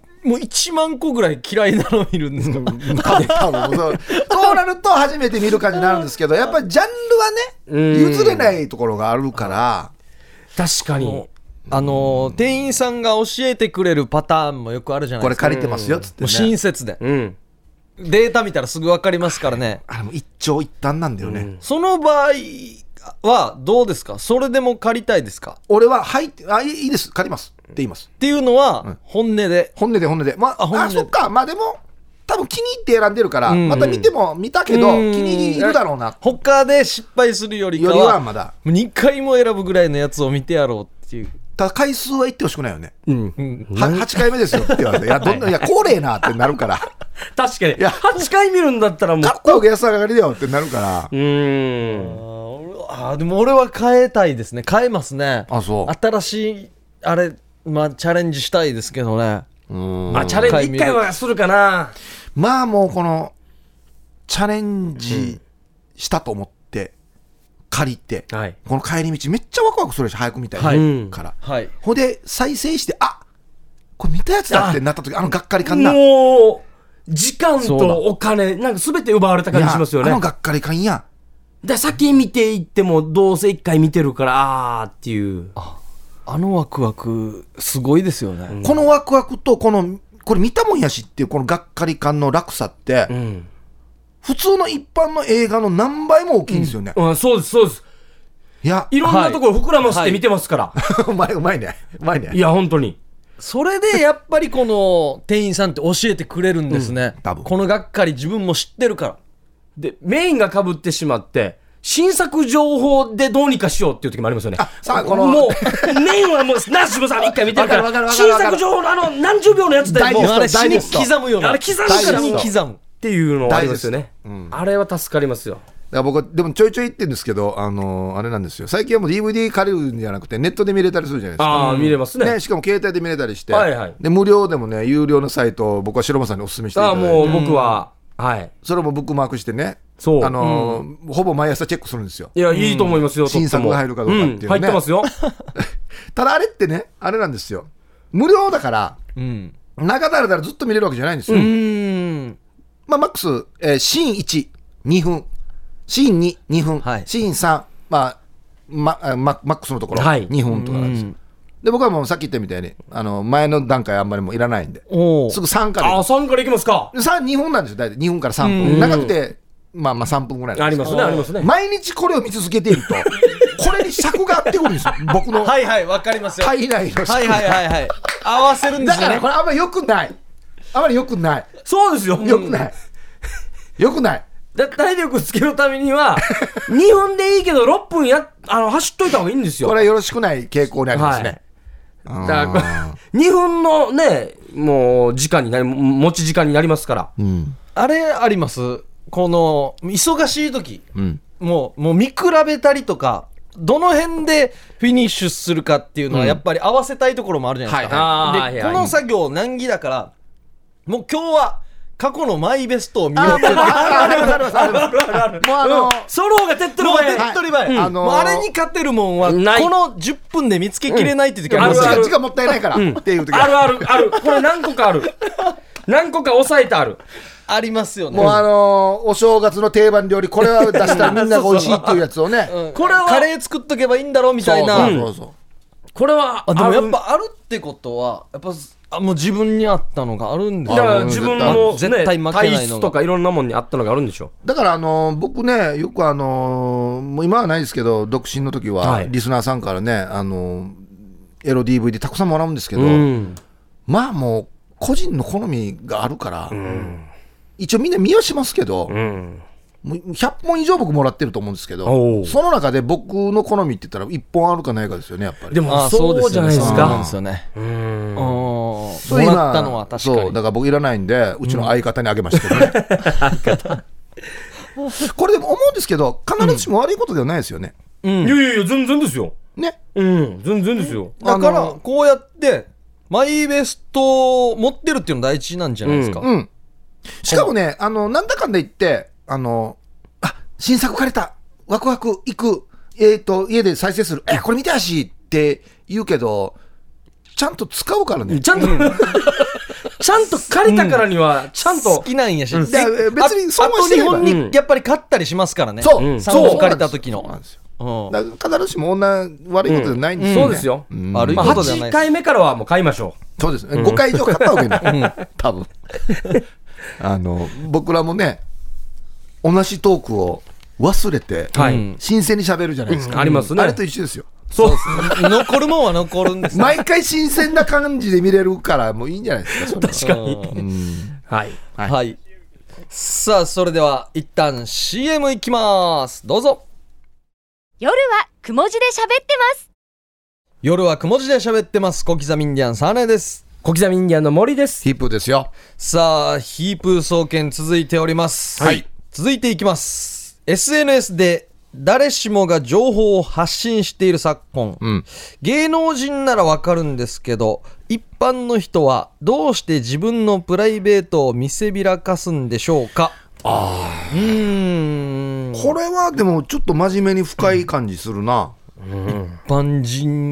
1万個ぐらい嫌いなの見るんですか。 そうなると初めて見る感じになるんですけど、やっぱりジャンルはね譲れないところがあるから。 確かに店員さんが教えてくれるパターンもよくあるじゃないですか。 これ借りてますよっつって、ね、 もう親切で、データ見たらすぐ分かりますからね。 あれも一長一短なんだよね、 その場合はどうですか？それでも借りたいですか？ 俺ははいいいです借りますって言います。 っていうのは本音で、 本音でまあ本音でそっか、まあでも多分気に入って選んでるから、また見たけど気に入るだろうな。 他で失敗するよりかはまだ 2回も選ぶぐらいのやつを見てやろうっていう。 ただ回数は言ってほしくないよね、8回目ですよって言われて、いや高齢なってなるから確かに、いや8回見るんだったらもう買った方が安上がりだよってなるから。 でも俺は変えたいですね。変えますね。 そう新しいあれ、チャレンジしたいですけどね。 チャレンジ1回はするかな。 まあもうこのチャレンジしたと思って借りて、この帰り道めっちゃワクワクするし、早く見たいから、ほんで再生して、これ見たやつだってなった時、がっかり感な、 もう時間とお金なんか全て奪われた感じしますよね。 がっかり感や。 で先見ていってもどうせ1回見てるからっていう、 あのワクワクすごいですよね、 このワクワクとこれ見たもんやしっていうこのがっかり感の落差って、普通の一般の映画の何倍も大きいんですよね。 そうですそうです。いろんなところ膨らませて見てますから、 うまいね。 いや本当にそれでやっぱりこの店員さんって教えてくれるんですね、 多分このがっかり自分も知ってるから。 でメインが被ってしまって新作情報でどうにかしようっていう時もありますよね。もうメインはもうナッシュさん1回見てるから新作情報の何十秒のやつでもうあれ死に刻むような、 あれ刻むから死に刻むっていうのはありますよね、あれは助かりますよ。 だから僕でもちょいちょい言ってるんですけど、あれなんですよ、最近はもう DVD 借りるんじゃなくてネットで見れたりするじゃないですか。 見れますね。 しかも携帯で見れたりして、で無料でもね、有料のサイトを僕は白間さんにお勧めしていただいて、 もう僕はそれもブックマークしてね、ほぼ毎朝チェックするんですよ。 いや、いいと思いますよ。 新作が入るかどうかっていうね、 入ってますよただあれってね、あれなんですよ、無料だから、中だらだらずっと見れるわけじゃないんですよ。マックス、シーン1、2分、シーン2、2分、シーン3、マックスのところ、2分とかなんですよ。で僕はもうさっき言ったみたいに前の段階あんまりもういらないんで、すぐ3から 3からいきますか。 2分なんですよ、大体2分から3分、長くて3分ぐらいなんです。 ありますね。 毎日これを見続けているとこれに尺が合ってくるんですよ、僕のわかりますよ、 体内の尺合わせるんですよね。 だからこれあんまり良くない、 そうですよ、 良くない体力つけるためには2分でいいけど6分走っといた方がいいんですよ。 これはよろしくない傾向にありますね、 だから2分のね、もう時間に持ち時間になりますから、 あれあります、この忙しい時、もう見比べたりとか、どの辺でフィニッシュするかっていうのはやっぱり合わせたいところもあるじゃないですか、でこの作業難儀だから、もう今日は過去のマイベストを見ようって、もうその方が手っ取り早い、 もうあれに勝てるもんはこの10分で見つけきれないっていう時ありますよ。 時間もったいないからっていう時あるこれ何個かある何個か抑えてあるありますよね。 もうお正月の定番料理、これは出したらみんなが美味しいっていうやつをねこれはカレー作っとけばいいんだろうみたいな。 これはでもやっぱあるってことはやっぱもう自分に合ったのがあるんですよ。 だから自分も絶対負けないのが、 体質とかいろんなもんに合ったのがあるんでしょ。 だから僕ね、よくもう今はないですけど、独身の時はリスナーさんからね、エロ DVD たくさんもらうんですけど、まあもう個人の好みがあるから、一応みんな見はしますけど、もう100本以上僕もらってると思うんですけど、その中で僕の好みって言ったら1本あるかないかですよね、やっぱり。 でもそうじゃないですか。 そうですよね。もらったのは確かに。 そうだから僕いらないんで、うちの相方にあげましたけどね。これでも思うんですけど、必ずしも悪いことではないですよね。 いや全然ですよね。 全然ですよ。 だからこうやってマイベストを持ってるっていうの大事なんじゃないですか。 しかもね、なんだかんだ言って新作借りた、ワクワク行く、家で再生する、これ見たやしって言うけど、ちゃんと使うからね。 ちゃんと借りたからにはちゃんと好きなんやし、 別にそうはしてれば、あと日本にやっぱり買ったりしますからね。 そう 3本借りた時の。 だから必ずしも女悪いことじゃないんですよね。 そうですよ。 悪いことじゃない。 8回目からはもう買いましょう。そうです。5回以上買った方がいいな。多分。僕らもね、同じトークを忘れて、新鮮に喋るじゃないですか。 ありますね。 あれと一緒ですよ。 そうですね。残るもんは残るんです。 毎回新鮮な感じで見れるからもういいんじゃないですか。 確かに。 はい。さあ、それでは一旦 CM いきます。どうぞ。 夜はくも字で喋ってます。 夜はくも字で喋ってます。小刻みインディアンサネです。 小刻みインディアンの森です。 ヒープーですよ。 さあ、ヒープー総研続いております。はい。続いていきます。SNS で誰しもが情報を発信している昨今、芸能人ならわかるんですけど、一般の人はどうして自分のプライベートを見せびらかすんでしょうか。これはでもちょっと真面目に深い感じするな。 一般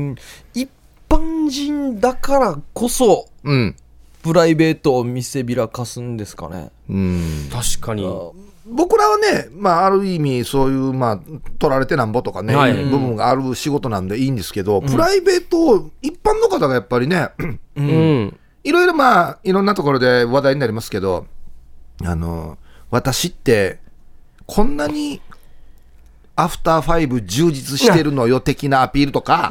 人だからこそ、プライベートを見せびらかすんですかね。 確かに。 僕らはね、ある意味そういう、取られてなんぼとかね、部分がある仕事なんでいいんですけど、プライベートを一般の方がやっぱりね、いろいろいろんなところで話題になりますけど、私ってこんなにアフター5充実してるのよ的なアピールとか、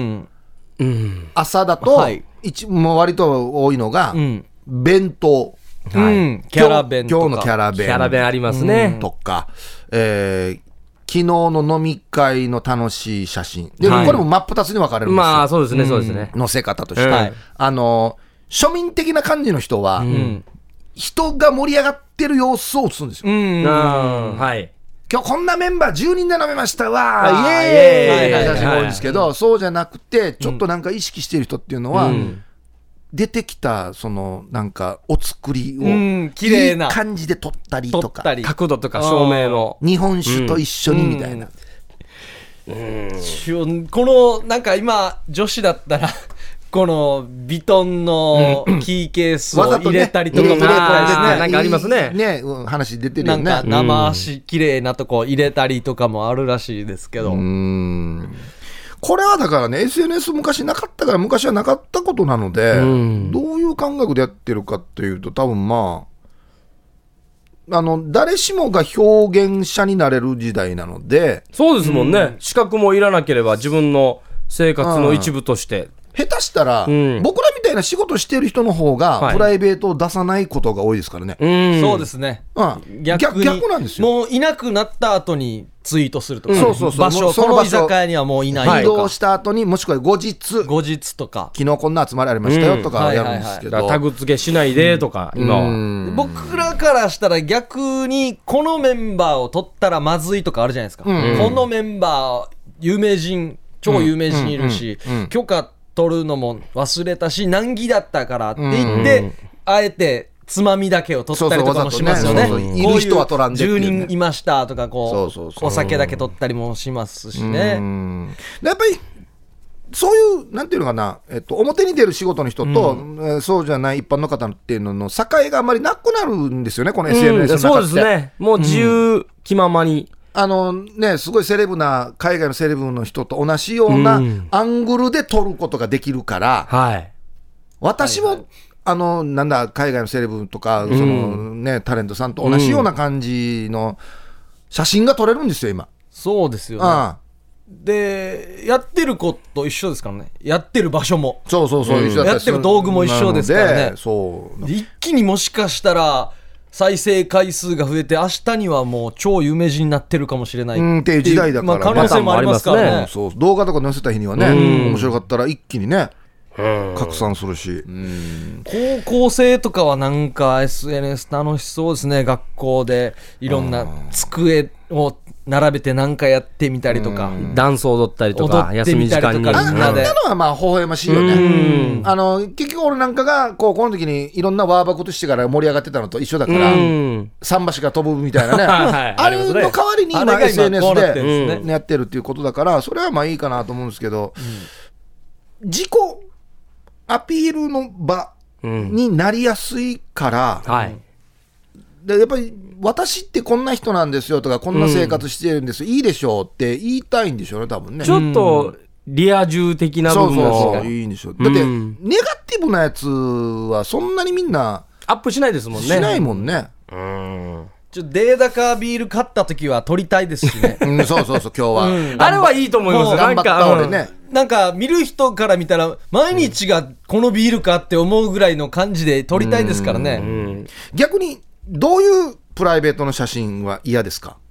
朝だと、もう割と多いのが、弁当、 キャラ弁とか、 今日のキャラ弁、 キャラ弁ありますね、 とか、昨日の飲み会の楽しい写真で、これも真っ二つに分かれるんですよ。 そうですね、そうですね。 載せ方として、庶民的な感じの人は、人が盛り上がってる様子を映すんですよ。今日こんなメンバー10人で飲めましたわ、イエーイ、写真が多いんですけど、そうじゃなくてちょっとなんか意識している人っていうのは、出てきたそのなんかお作りを綺麗ないい感じで撮ったりとか、 角度とか照明の日本酒と一緒にみたいな、 このなんか今女子だったらこのビトンのキーケースを入れたりとかもなんかありますね。 話出てるよね。 なんか生足綺麗なとこ入れたりとかもあるらしいですけど。 これはだからね、 SNS 昔なかったから、昔はなかったことなので、どういう感覚でやってるかっていうと、多分誰しもが表現者になれる時代なので。 そうですもんね。資格もいらなければ自分の生活の一部として下手したら、僕らみたいな仕事してる人の方がプライベートを出さないことが多いですからね。 そうですね。 逆なんですよ。 もういなくなった後にツイートするとか、 場所、この居酒屋にはもういない移動した後に、もしくは後日とか、 昨日こんな集まりありましたよとかやるんですけど、 タグ付けしないでとか、今は僕らからしたら逆にこのメンバーを取ったらまずいとかあるじゃないですか。このメンバー有名人、超有名人いるし、許可取るのも忘れたし難儀だったからって言って、あえてつまみだけを取ったりとかもしますよね。 いる人は取らんでっていうね、 10人いましたとかお酒だけ取ったりもしますしね。 やっぱりそういうなんていうのかな、表に出る仕事の人と、そうじゃない一般の方っていうのの境があんまりなくなるんですよね、この SNS の中って。 そうですね。もう自由気ままに、 すごいセレブな海外のセレブの人と同じようなアングルで撮ることができるから、私もなんだ海外のセレブとか、タレントさんと同じような感じの写真が撮れるんですよ今。 そうですよね。でやってること一緒ですからね。やってる場所もそう一緒やってる道具も一緒ですからね。 一気にもしかしたら再生回数が増えて明日にはもう超有名人になってるかもしれないっていう時代だから、 可能性もありますからね。 動画とか載せた日にはね、面白かったら一気にね拡散するし、 高校生とかはなんか SNS 楽しそうですね。学校でいろんな机を並べて何かやってみたりとか、 ダンス踊ったりとか、休み時間にみんなで、あんなのは微笑ましいよね。結局俺なんかがこの時にいろんなワーバコとしてから盛り上がってたのと一緒だから、桟橋が飛ぶみたいなねあれの代わりに今 SNS でやってるっていうことだから、それはまあいいかなと思うんですけど、自己アピールの場になりやすいから、 でやっぱり私ってこんな人なんですよとか、こんな生活してるんですよ、いいでしょうって言いたいんでしょうね、多分ね。 ちょっとリア充的な部分もそういいんでしょう。だってネガティブなやつはそんなにみんなアップしないですもんね。 しないもんね。 デーダカビール買った時は撮りたいですしね。 そう今日は、 あれはいいと思います。 頑張った俺ね。 なんか見る人から見たら毎日がこのビールかって思うぐらいの感じで撮りたいですからね。 逆にどういうプライベートの写真は嫌ですか？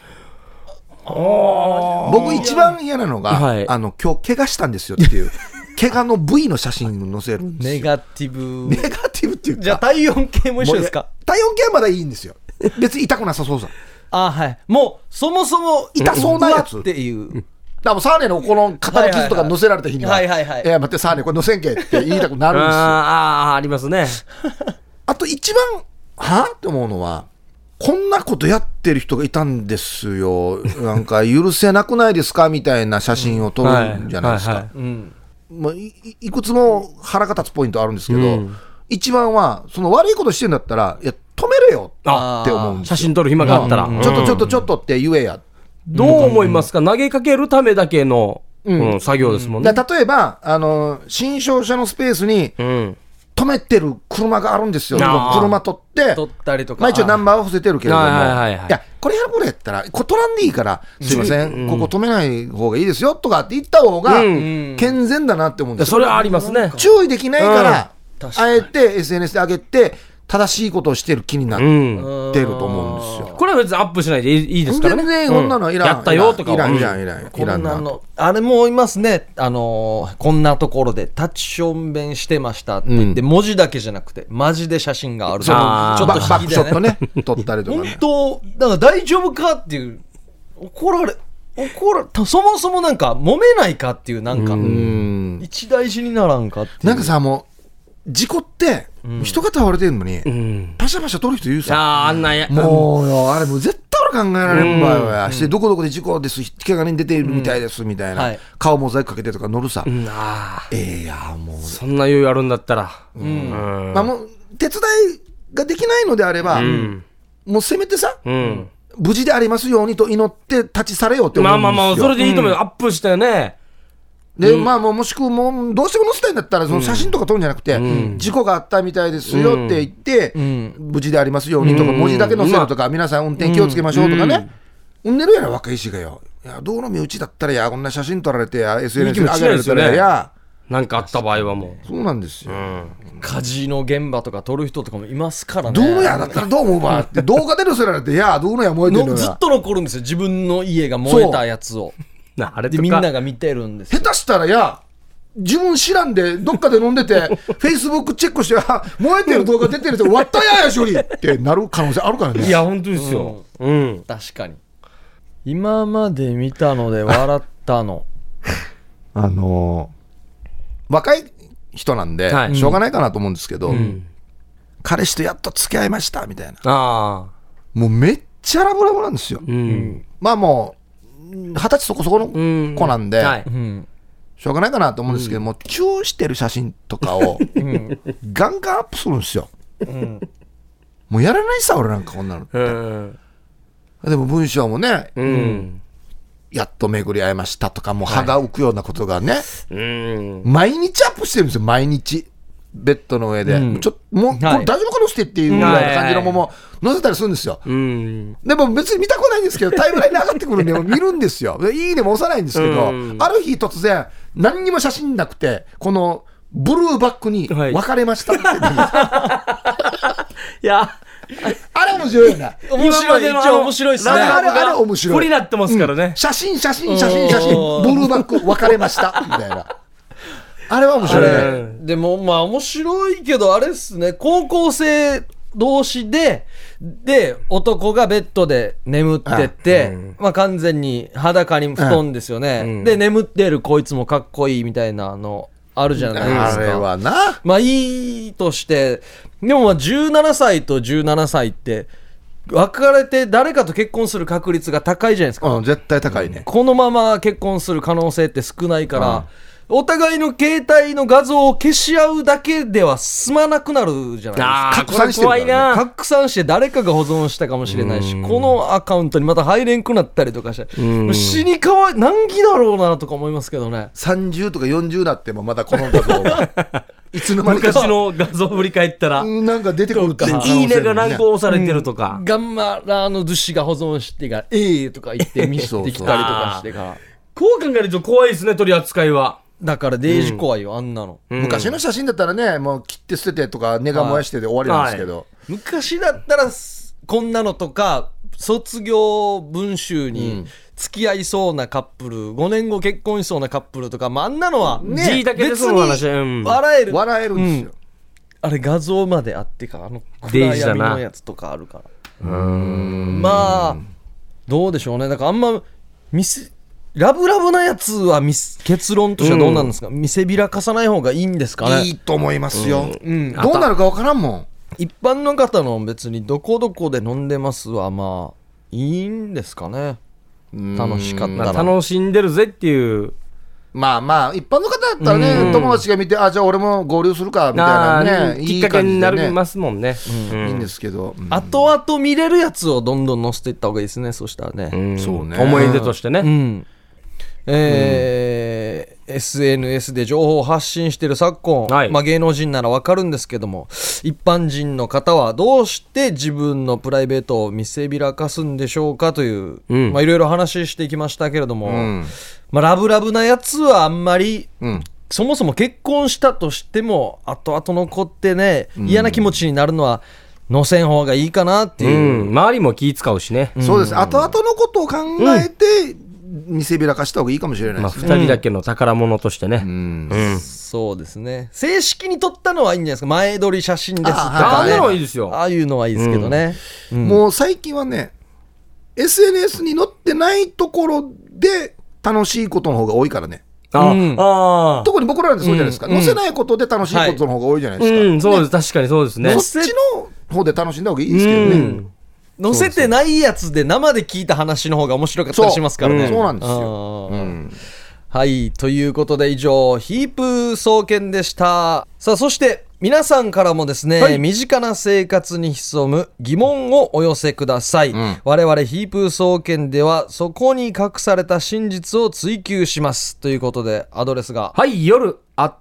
僕一番嫌なのが、今日怪我したんですよっていう怪我の部位の写真を載せるんですよ。 ネガティブっていうか、 じゃあ体温計も一緒ですか？ 体温計はまだいいんですよ。別に痛くなさそうさ。 はい。もうそもそも痛そうなやつっていう。 だからサーネのこの肩の傷とか載せられた日には、いや待ってサーネこれ載せんけって言いたくなるんですよ。 ありますね。 あと一番って思うのは、こんなことやってる人がいたんですよ、なんか許せなくないですかみたいな写真を撮るんじゃないですか。いくつも腹が立つポイントあるんですけど、一番はその悪いことしてんだったら、いや止めれよって思うんですよ。 写真撮る暇があったら、 ちょっとって言えや。 どう思いますか？投げかけるためだけの作業ですもんね。 例えば新商車のスペースに止めてる車があるんですよ。車撮ったりとか、 一応ナンバーは伏せてるけれども、いやこれやったらこれ撮らんでいいからすいません、ここ止めない方がいいですよとかって言った方が健全だなって思うんですよ。 それはありますね。 注意できないから、あえて SNS で上げて正しいことをしてる気になってると思うんですよ。 これは別にアップしないでいいですからね。 全然こんなのいらん、 やったよとかいらんな。 あれもいますね。こんなところでタッチションベンしてましたって言って、文字だけじゃなくてマジで写真がある。ちょっとバックショットね撮ったりとかね。 本当だから大丈夫かっていう、怒られそもそもなんか揉めないかっていう、なんか一大事にならんかっていう。 なんかさ、もう事故って人が倒れてるのにパシャパシャ撮る人いるさ。 あんなやもうよ、あれもう絶対俺考えられんばよやして、どこどこで事故です、怪我人出ているみたいですみたいな、顔モザイクかけてとか乗るさ。いやもうそんな余裕あるんだったら、 まあもう手伝いができないのであれば、もうせめてさ、無事でありますようにと祈って立ち去れよって思うんですよ。 それでいいと思うよ。アップしてよね。 でもしくはもうどうしても載せたいんだったら、その写真とか撮るんじゃなくて、事故があったみたいですよって言って、無事でありますようにとか、文字だけ載せるとか、皆さん運転気をつけましょうとかね、うんねるやら若いしがよ、いや道路身内だったらや、こんな写真撮られてや SNS に上げられたらや、 なんかあった場合はもうそうなんですよ。 火事の現場とか撮る人とかもいますからね。 どうのやだったらどう思うばって動画で載せられて、いやどうのや燃えてるのやずっと残るんですよ、自分の家が燃えたやつを。 あれでみんなが見てるんですよ。 下手したらや自分知らんでどっかで飲んでてフェイスブックチェックして燃えてる動画出てるって終わったや処理ってなる可能性あるからね。 いや本当ですよ。 確かに。今まで見たので笑ったの若い人なんで、しょうがないかなと思うんですけど、彼氏とやっと付き合いましたみたいな、もうめっちゃラブラブなんですよ。まあもう20歳そこそこの子なんで、しょうがないかなと思うんですけども、チューしてる写真とかをガンガンアップするんですよ。もうやらないさ俺なんかこんなのって。でも文章もね、やっと巡り会いましたとか、もう歯が浮くようなことがね、毎日アップしてるんですよ。毎日ベッドの上で、もうこれ大丈夫かのしてっていうぐらいな感じのもの載せたりするんですよ。でも別に見たくないんですけど、タイムラインに上がってくるんで見るんですよ。いいねも押さないんですけど、ある日突然何にも写真なくて、このブルーバックに別れましたって言うんです。 いやあれ面白いよね。 面白い、一応面白いですね。 あれ面白い。 これになってますからね。 写真ブルーバック別れましたみたいな。あれは面白いね。 でもまあ面白いけど、あれですね、高校生同士で男がベッドで眠ってて、まあ完全に裸に布団ですよね。で眠ってるこいつもかっこいいみたいなのあるじゃないですか。 あれはな、 まあいいとして、でもまあ17歳と17歳って別れて誰かと結婚する確率が高いじゃないですか。 絶対高いね。 このまま結婚する可能性って少ないから、 お互いの携帯の画像を消し合うだけでは済まなくなるじゃないですか。 拡散してるからね。 怖いな。 拡散して誰かが保存したかもしれないし、このアカウントにまた入れんくなったりとかして、死にかわい難儀だろうなとか思いますけどね。 30とか40になってもまだこの画像がいつの間にか昔の画像振り返ったらなんか出てくるかいいねが何個押されてるとか、 ガンマラーの寿司が保存してからとか言って見せてきたりとかしてからこう考えると怖いですね、取り扱いは。 だからデイジ怖いよ、あんなの。 昔の写真だったらね、もう切って捨ててとか根が燃やしてで終わりなんですけど、 昔だったらこんなのとか卒業文集に付き合いそうなカップル、5年後結婚しそうなカップルとか、あんなのは G だけでその話、 笑えるんですよ、 あれ画像まであってから暗闇のやつとかあるから、まあどうでしょうね。だからあんまラブラブなやつは結論としてはどうなんですか、見せびらかさない方がいいんですかね。 いいと思いますよ、どうなるか分からんもん。 一般の方の別にどこどこで飲んでますはまあいいんですかね。楽しかったら、 楽しんでるぜっていう。 まあ一般の方だったらね、友達が見て、じゃあ俺も合流するかみたいなね、 きっかけになりますもんね。 いいんですけど、 後々見れるやつをどんどん載せていった方がいいですね。そしたらね、 そうね、 思い出としてね。 SNS で情報を発信している昨今、芸能人ならわかるんですけども、一般人の方はどうして自分のプライベートを見せびらかすんでしょうかという、いろいろ話していきましたけれども、ラブラブなやつはあんまり、そもそも結婚したとしても後々残ってね、嫌な気持ちになるのは載せん方がいいかなっていう、 周りも気使うしね。 そうです。後々のことを考えて、見せびらかした方がいいかもしれないですね。 2人だけの宝物としてね。 そうですね。正式に撮ったのはいいんじゃないですか。前撮り写真ですとか、 ああいうのはいいですよ。 ああいうのはいいですけどね。 もう最近はね、SNS に載ってないところで楽しいことの方が多いからね。特に僕らなんてそうじゃないですか。載せないことで楽しいことの方が多いじゃないですか。 そうです。確かにそうですね。 そっちの方で楽しんだ方がいいですけどね。 載せてないやつで生で聞いた話の方が面白かったりしますからね。 そうなんですよ。 はい、ということで以上ヒープ総研でした。さあ、そして皆さんからもですね、身近な生活に潜む疑問をお寄せください。我々ヒープ総研ではそこに隠された真実を追求しますということで、アドレスが夜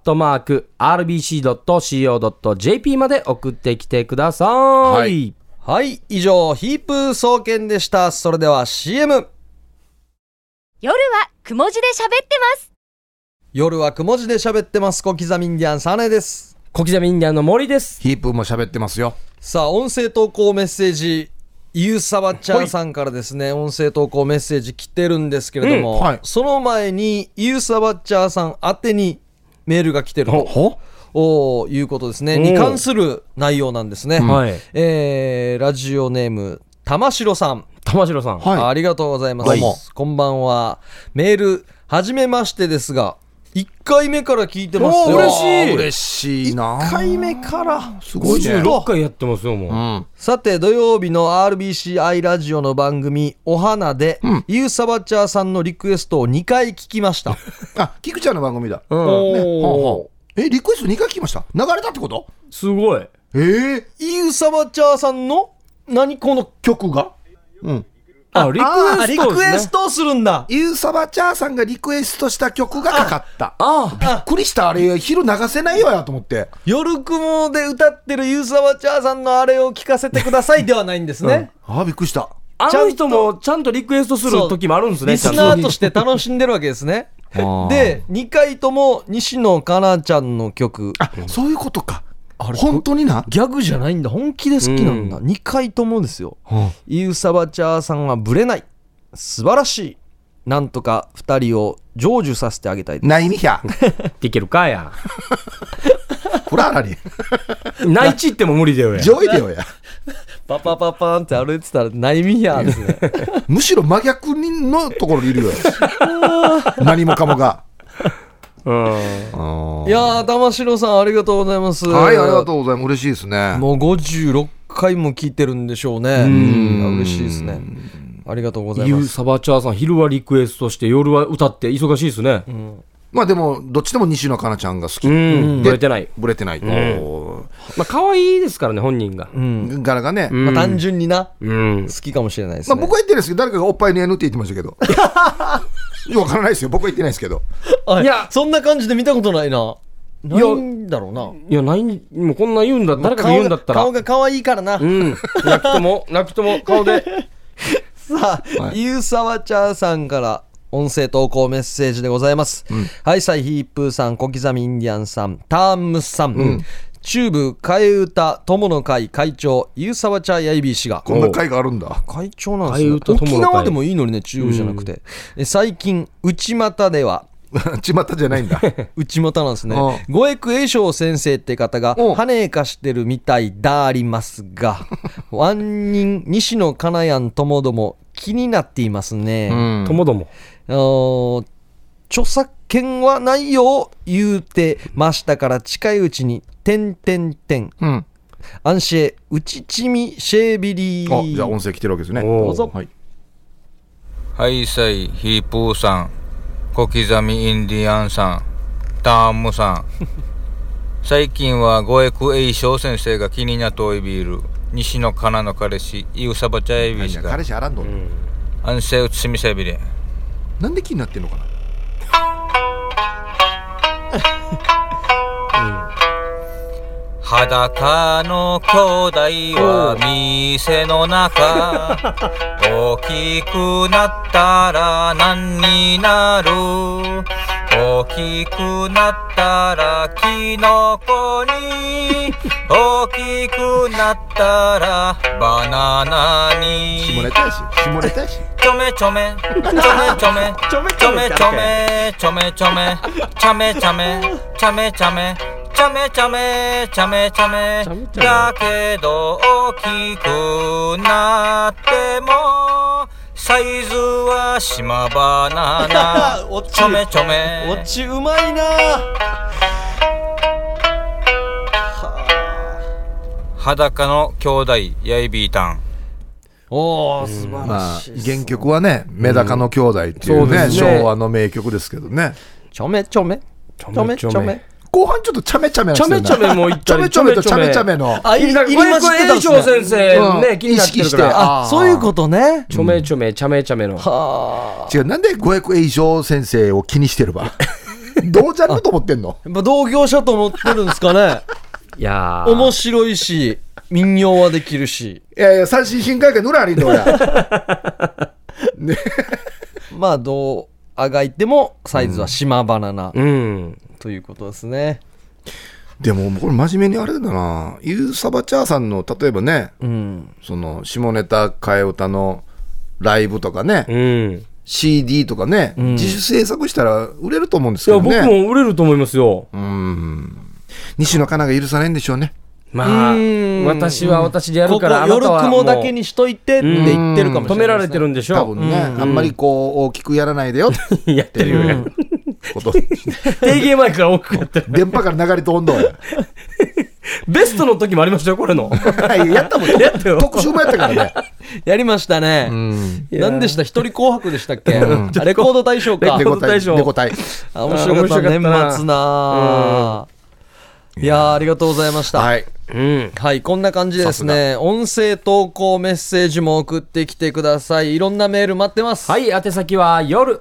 @rbc.co.jp まで送ってきてください。 はい、以上ヒープ総研でした。それでは CM。 夜はくも字で喋ってます。 夜はくも字で喋ってます。小刻みインディアンサネです。 小刻みインディアンの森です。 ヒープも喋ってますよ。 さあ、音声投稿メッセージ、ゆうさばちゃんさんからですね、音声投稿メッセージ来てるんですけれども、その前にゆうさばちゃんさん宛てにメールが来てるということですね。に関する内容なんですね。ラジオネーム玉城さん。 玉城さん、 ありがとうございます。こんばんは。メールはじめましてですが、1回目から聞いてますよ。 嬉しいな。 1回目からすごいね。 56回やってますよもう。 さて、土曜日の RBCI ラジオの番組お花で、ゆうさばちゃーさんのリクエストを2回聞きました。 キクちゃんの番組だ。リクエスト2回聞きました。流れたってこと？ すごい。 ゆうさばちゃーさんの何この曲が？リクエストをするんだ。 ゆうさばちゃーさんがリクエストした曲がかかった。びっくりした。あれ昼流せないよやと思って。 夜雲で歌ってるゆうさばちゃーさんのあれを聞かせてくださいではないんですね。 びっくりした。 あの人もちゃんとリクエストする時もあるんですね。 リスナーとして楽しんでるわけですね。で、2回とも西野カナちゃんの曲。 そういうことか。本当にな、 ギャグじゃないんだ。本気で好きなんだ。2回ともですよ。ゆうさばちゃーさんはブレない、素晴らしい、なんとか2人を成就させてあげたいです。 ないみひゃできるかや。 ほらあらにないちっても無理だよや。 上位だよや。 パパパパンって歩いてたらないみひゃですね。 むしろ真逆のところにいるよ。何もかもが。 いやー、玉城さんありがとうございます。 はい、ありがとうございます。嬉しいですね。 もう56回も聞いてるんでしょうね。嬉しいですね。ありがとうございます。 ゆうさばちゃーさん、昼はリクエストして夜は歌って忙しいですね。 まあでもどっちでも西野カナちゃんが好き。 ブレてない。 ブレてない。 まあ可愛いですからね、本人が。 柄がね。 まあ単純にな、好きかもしれないですね。 まあ僕は言ってないですけど、誰かがおっぱいに NT 言ってましたけど。わからないですよ。僕は言ってないですけど。 いや、そんな感じで見たことないな。ないんだろうな。 いや、ない、もうこんな言うんだ、誰かが言うんだったら。 顔が可愛いからな。 泣くとも顔で。 さあ、ゆうさわちゃーさんから音声投稿メッセージでございます。はい、サイヒープーさん、小刻みインディアンさん、タームスさん、チューブ替え歌友の会会長、ゆうさわちゃーやいびー氏が。 こんな会があるんだ。 会長なんですね。沖縄でもいいのにね、チューブじゃなくて。最近、内股では、 内股じゃないんだ。 内股なんですね。五役栄翔先生って方が羽かしてるみたいだありますが、ワン人西野カナヤンともども気になっていますね。 ともども。 著作権はないよ言うてましたから、近いうちにアンシェウチチミシェービリー。 じゃあ音声来てるわけですね。 どうぞ。 はいさいヒープーさん、小刻みインディアンさん、タームさん。最近は五役栄翔先生が気になっておいびる西野カナの彼氏イウサバチャエビ氏が彼氏あらんの。 アンセウツミセビリ。 なんで気になってんのかな。 裸の兄弟は店の中、大きくなったら何になる、大きくなったらキノコに、大きくなったらバナナに。 下ネタやし、下ネタやし。 ちょめちょめちょめちょめちょめちょめちょめちょめちょめちゃめちゃめちゃめちゃめちゃめちゃめちゃめちゃめちゃめだけど大きくなってもサイズは島バナナ。ちょめちょめオチうまいな。 裸の兄弟やいびーたん。 おー、素晴らしい。 原曲はね、メダカの兄弟っていうね、昭和の名曲ですけどね。 ちょめちょめちょめちょめ。 後半ちょっとチャメチャメなんですよね。 チャメチャメも言ったり、 チャメチャメとチャメチャメの。 あ、いりましてたんですね。 先生ね、気になってるから。 あ、そういうことね。 ちょめちょめ、チャメチャメの。 違う、なんで五役栄翔先生を気にしてるば。どうじゃろうと思ってんの。 やっぱ同業者と思ってるんですかね。 いや面白いし、民謡はできるし。 いやいや、三振新海会ぬらありんのや。 ね。まあ、どうあがいてもサイズは島バナナ。ということですね。 でもこれ真面目にあれだな、ユーサバチャーさんの例えばね、その下ネタ替え歌のライブとかね、CD とかね、自主制作したら売れると思うんですけどね。 いや、僕も売れると思いますよ。 西野カナが許さないんでしょうね。 まあ、私は私でやるから、 夜雲だけにしといてって言ってるかもしれない。 止められてるんでしょ。 多分ね、あんまりこう大きくやらないでよやってるよね。定芸前から大きくやってる。 電波から流れとんどベストの時もありましたよ、これの。 やったもん。特集もやったからね。 やりましたね。何でした？一人紅白でしたっけ？レコード大賞か。 レコ大。面白かった。年末な。いやありがとうございました。はい、こんな感じでですね、音声投稿メッセージも送ってきてください。いろんなメール待ってます。 はい、宛先は夜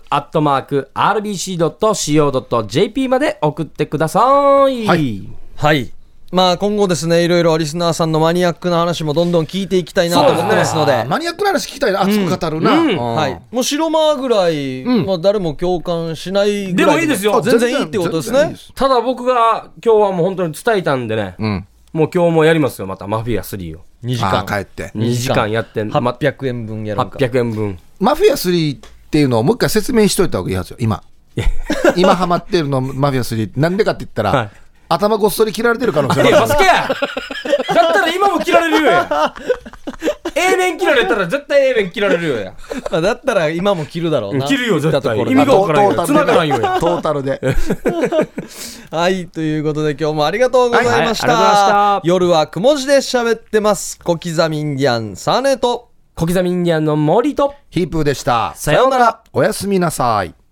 @rbc.co.jp まで送ってください。 はい、はい。まあ今後ですね、いろいろリスナーさんのマニアックな話もどんどん聞いていきたいなと思ってますので、 マニアックな話聞きたいな、熱く語るな。 はい。もう白間ぐらい、まあ誰も共感しないぐらいでもいいですよ。 全然いいってことですね。 ただ僕が今日はもう本当に伝えたんでね、もう今日もやりますよ、またマフィア3を。 2時間帰って 2時間やって 800円分やるか。 800円分。 マフィア3っていうのをもう一回説明しといた方がいいはずよ。今ハマってるのマフィア3ってなんでかって言ったら、頭ごっそり切られてる可能性がある。 バスケやだったら今も切られるよや。A 面切られたら絶対 A 面切られるよや。 だったら今も切るだろうな。 切るよ絶対。意味が分からんよ。繋がらんよや。 トータルで。 はい、ということで今日もありがとうございました。夜はくも字で喋ってます。小刻みインディアンサネと小刻みインディアンの森とヒープーでした。 さようなら。 おやすみなさい。